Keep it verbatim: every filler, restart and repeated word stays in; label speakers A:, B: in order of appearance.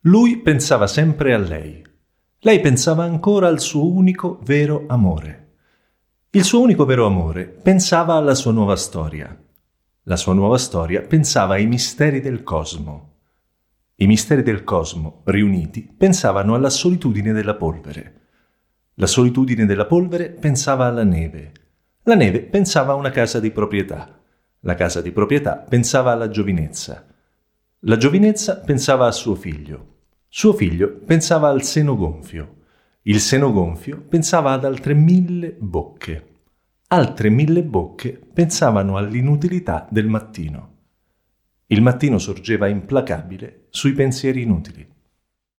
A: Lui pensava sempre a lei. Lei pensava ancora al suo unico vero amore. Il suo unico vero amore pensava alla sua nuova storia. La sua nuova storia pensava ai misteri del cosmo. I misteri del cosmo, riuniti, pensavano alla solitudine della polvere. La solitudine della polvere pensava alla neve. La neve pensava a una casa di proprietà. La casa di proprietà pensava alla giovinezza. La giovinezza pensava a suo figlio. Suo figlio pensava al seno gonfio. Il seno gonfio pensava ad altre mille bocche. Altre mille bocche pensavano all'inutilità del mattino. Il mattino sorgeva implacabile sui pensieri inutili.